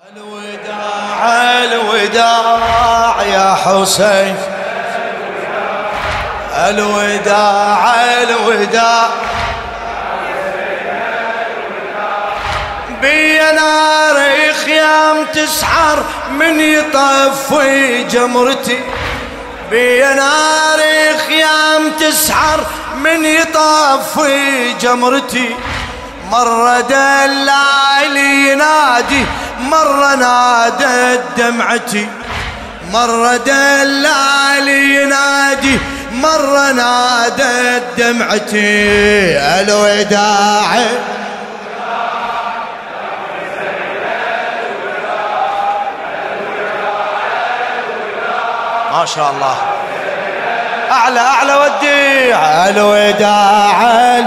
الوداع الوداع يا حسين، الوداع الوداع بيا نار خيام تسحر من يطفي جمرتي، بيا نار خيام تسحر من يطفي جمرتي، مرة دلال ينادي مرة نادت دمعتي، مرة دلال ينادي مرة نادت دمعتي. الوداع ما شاء الله، أعلى أعلى وديع. الوداع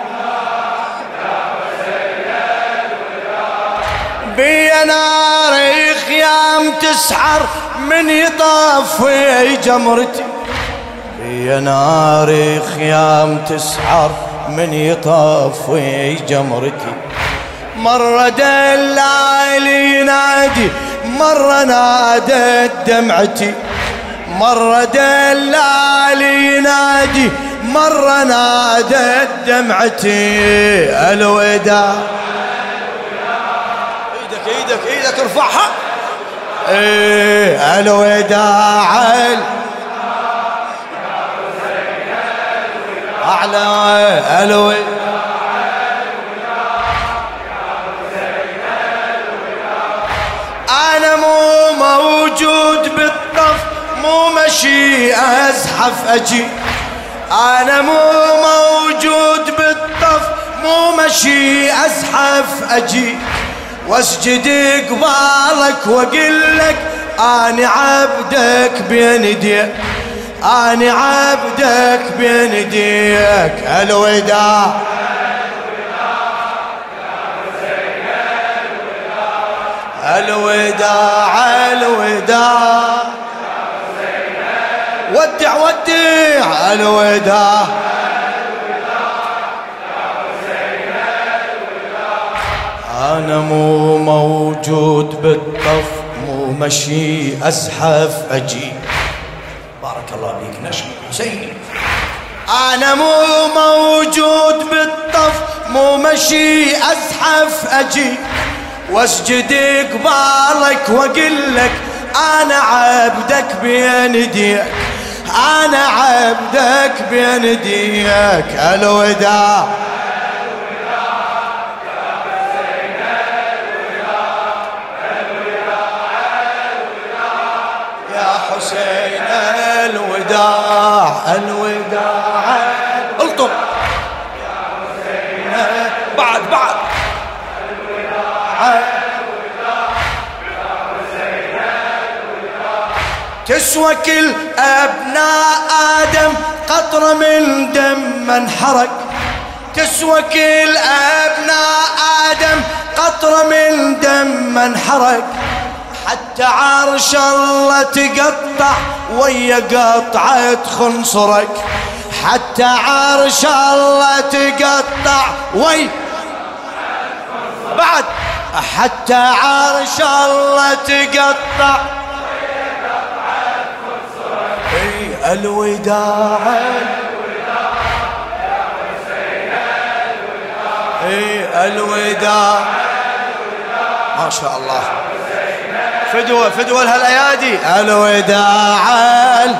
بيا نار خيام تسحر من يطفي جمرتي، بيا نار خيام تسحر من يطفي جمرتي، مرة دلال ينادي مرة نادت دمعتي، مرة دلال ينادي مرة نادت دمعتي. الوداع ايدك ايدك ارفعها. الوداع اعلى الوداع انا مو موجود بالطف مو مشي ازحف اجي، انا مو موجود بالطف مو مشي ازحف اجي، واسجد قبالك واقول لك اني عبدك بين يديك، اني عبدك بين يديك. الوداع الوداع الوداع ودع ودع. الوداع أنا مو موجود بالطف مو مشي أزحف أجي. بارك الله بيك نشم حسين. أنا مو موجود بالطف مو مشي أزحف أجي، واسجد قبالك وأقول لك أنا عبدك بين يديك، أنا عبدك بين يديك. الوداع حسين. الوداع الوداع الطب يا حسين بعد الوداع يا حسين. تسوى كل أبناء آدم قطرة من دم من حرق، تسوى كل أبناء آدم قطرة من دم من حرق، حتى عرش الله تقطع ويا قطعة خنصرك، حتى عرش الله تقطع بعد، حتى عرش الله تقطع ويا قطعة خنصرك. الوداع يا حسين الوداع. الوداع ما شاء الله، فدوة لهالأيادي. الوداع يا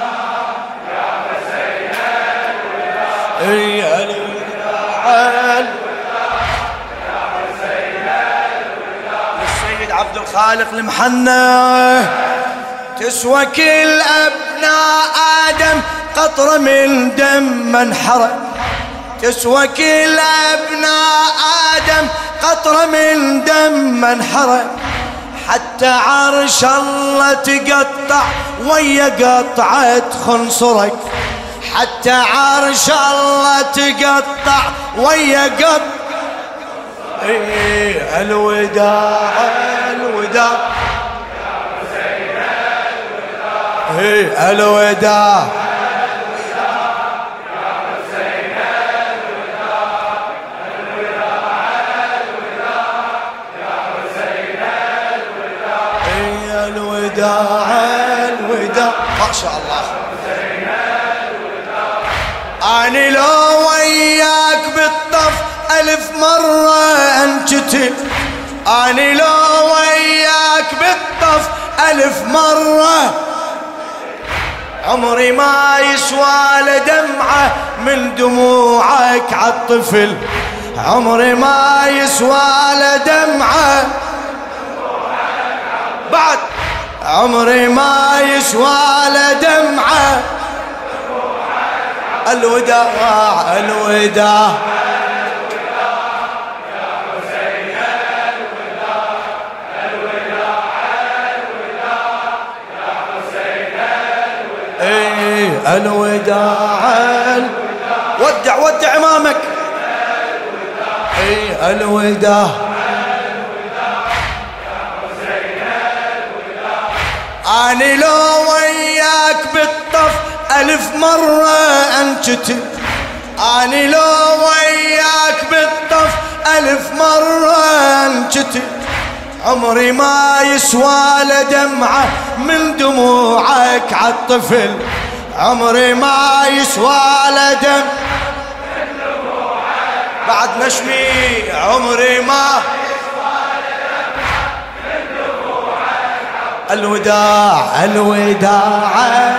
حسين الوداع. الوداع يا حسين الوداع. السيد عبد الخالق المحنى. تسوى كل أبناء آدم قطرة من دم من حرق، تسوى كل أبناء آدم قطرة من دم من حرق، حتى عرش الله تقطع ويا قطعة خنصرك، حتى عرش الله تقطع ويا قطعة. الوداع الوداع يا حسين الوداع. الوداع يا حسين الوداع. الوداع ما شاء الله. أنا لو وياك بالطف ألف مرة أنجتي، أنا لو وياك بالطف ألف مرة، عمري ما يسوى لدمعة من دموعك عالطفل، عمري ما يسوى لدمعة بعد، عمري ما يسوى لدمعة. الوداع الوداع يا حسين، الوداع الوداع الوداع يا حسين، الوداع الوداع. ودع ودع امامك. الوداع أنا لو وياك بالطف ألف مرة أنجتي، أنا لو وياك بالطف ألف مرة أنجتي، عمري ما يسوى لدمعة من دموعك عالطفل، عمري ما يسوى لدم من دموعك بعد نشمي، عمري ما الوداع الوداع يا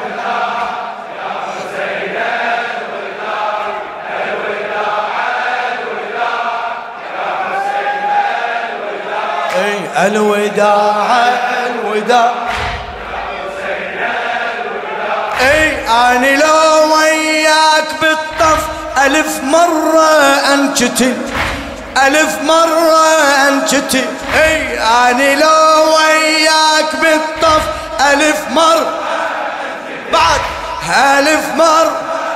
حسين، الوداع الوداع الوداع يا حسين، الوداع الوداع الوداع يا حسين، الوداع. أنا لو وياك بالطف ألف مرة أنجتي، ألف مرة أنجتي، أنا لو وياك بالطف ألف مرة بعد ألف مرة،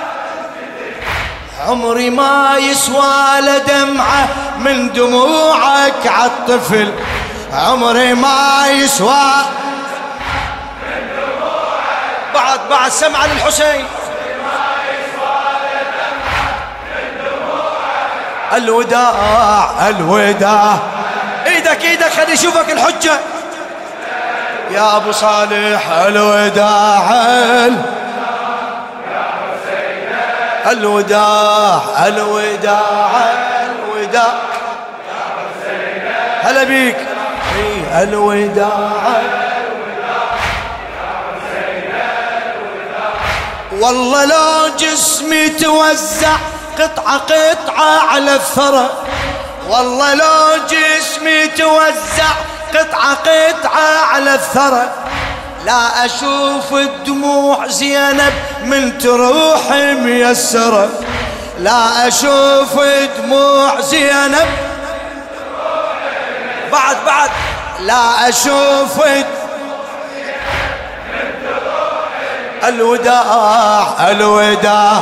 عمري ما يسوى لدمعة من دموعك عالطفل، عمري ما يسوى من دموعك بعد سمع للحسين. الوداع الوداع. ايدك ايدك خلي يشوفك الحجة يا ابو صالح. الوداع الوداع الوداع الوداع. هلا بيك. الوداع والله لو جسمي توزع قطعة قطعة على الثرى، والله لو جسمي توزع قطعة قطعة على الثرى، لا أشوف الدموع زينب من تروح ميسرة، لا أشوف دموع زينب بعد لا أشوف الوداع الوداع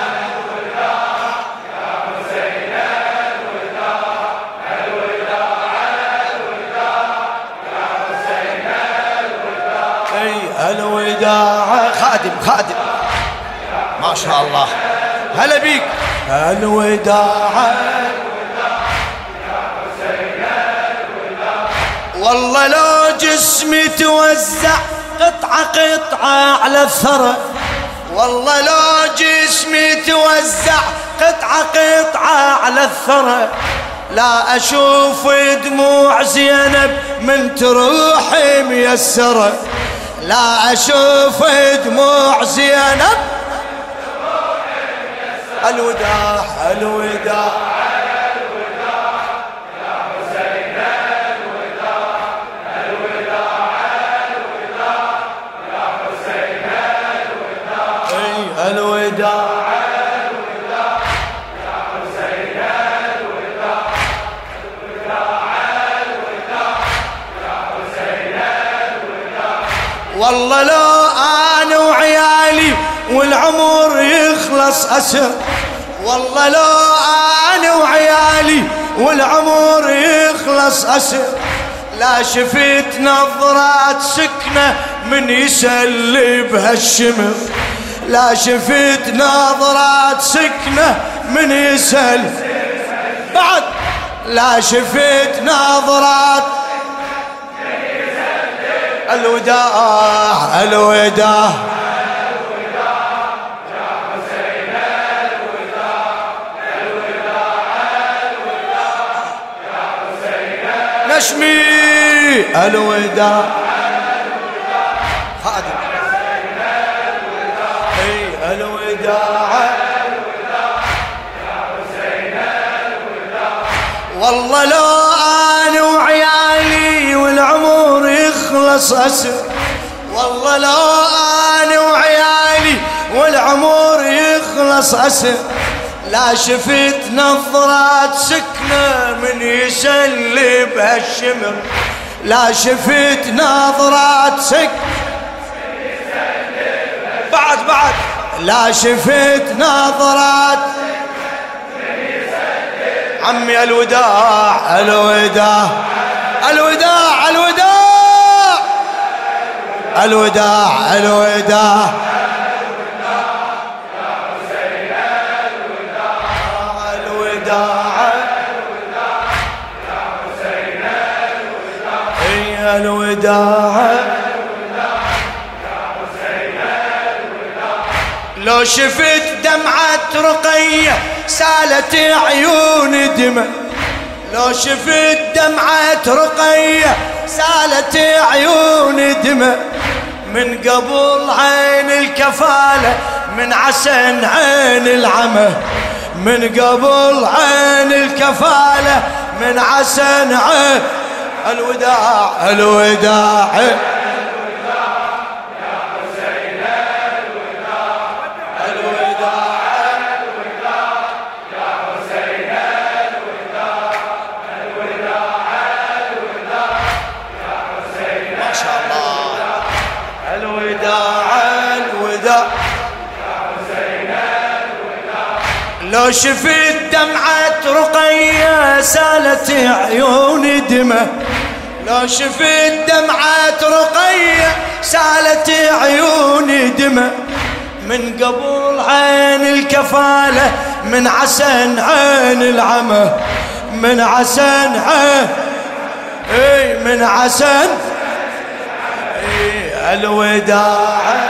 الوداع. خادم خادم ما شاء الله. هلا بيك. الوداع والله لو جسمي توزع قطعة قطعة على الثرى، والله لو جسمي توزع قطعة قطعة على الثرى، لا أشوف دموع زينب من تروح ميسرة، لا أشوف دموع زينب. الوداع الوداع يا حسين، الوداع الوداع الوداع يا حسين، الوداع الوداع يا حسين، الوداع الوداع الوداع يا حسين، الوداع. والله لو أنا وعيالي والعمر يخلص أسر، والله لو أنا وعيالي والعمر يخلص أسر، لا شفت نظرات سكنة من يسلب هالشمر، لا شفت نظرات سكنة من يسلب بعد، لا شفت نظرات الوداع الوداع نشمي الوداع خادم اي الوداع والله لو انا وعيالي والعمر يخلص اسر والله لو انا وعيالي والعمر يخلص اسر لا شفت نظرات سكنة من يسلب هالشمر لا شفت نظرات سكنة بعد لا شفت نظرات عمي الوداع الوداع الوداع الوداع الوداع الوداع الوداع لو شفت دمعة رقية سالت عيون دمع لو شفت دمعة رقية سالت عيون دمع من قبل عين الكفالة من عسن عين العمى من قبل عين الكفالة من عسن عين الوداع الوداع لو شفت دمعة رقية سالت عيون دمى لو شفت دمعة رقية سالت عيون دمى من قبل عين الكفالة من عسن عين العمى من عسن عين من عسن الوداع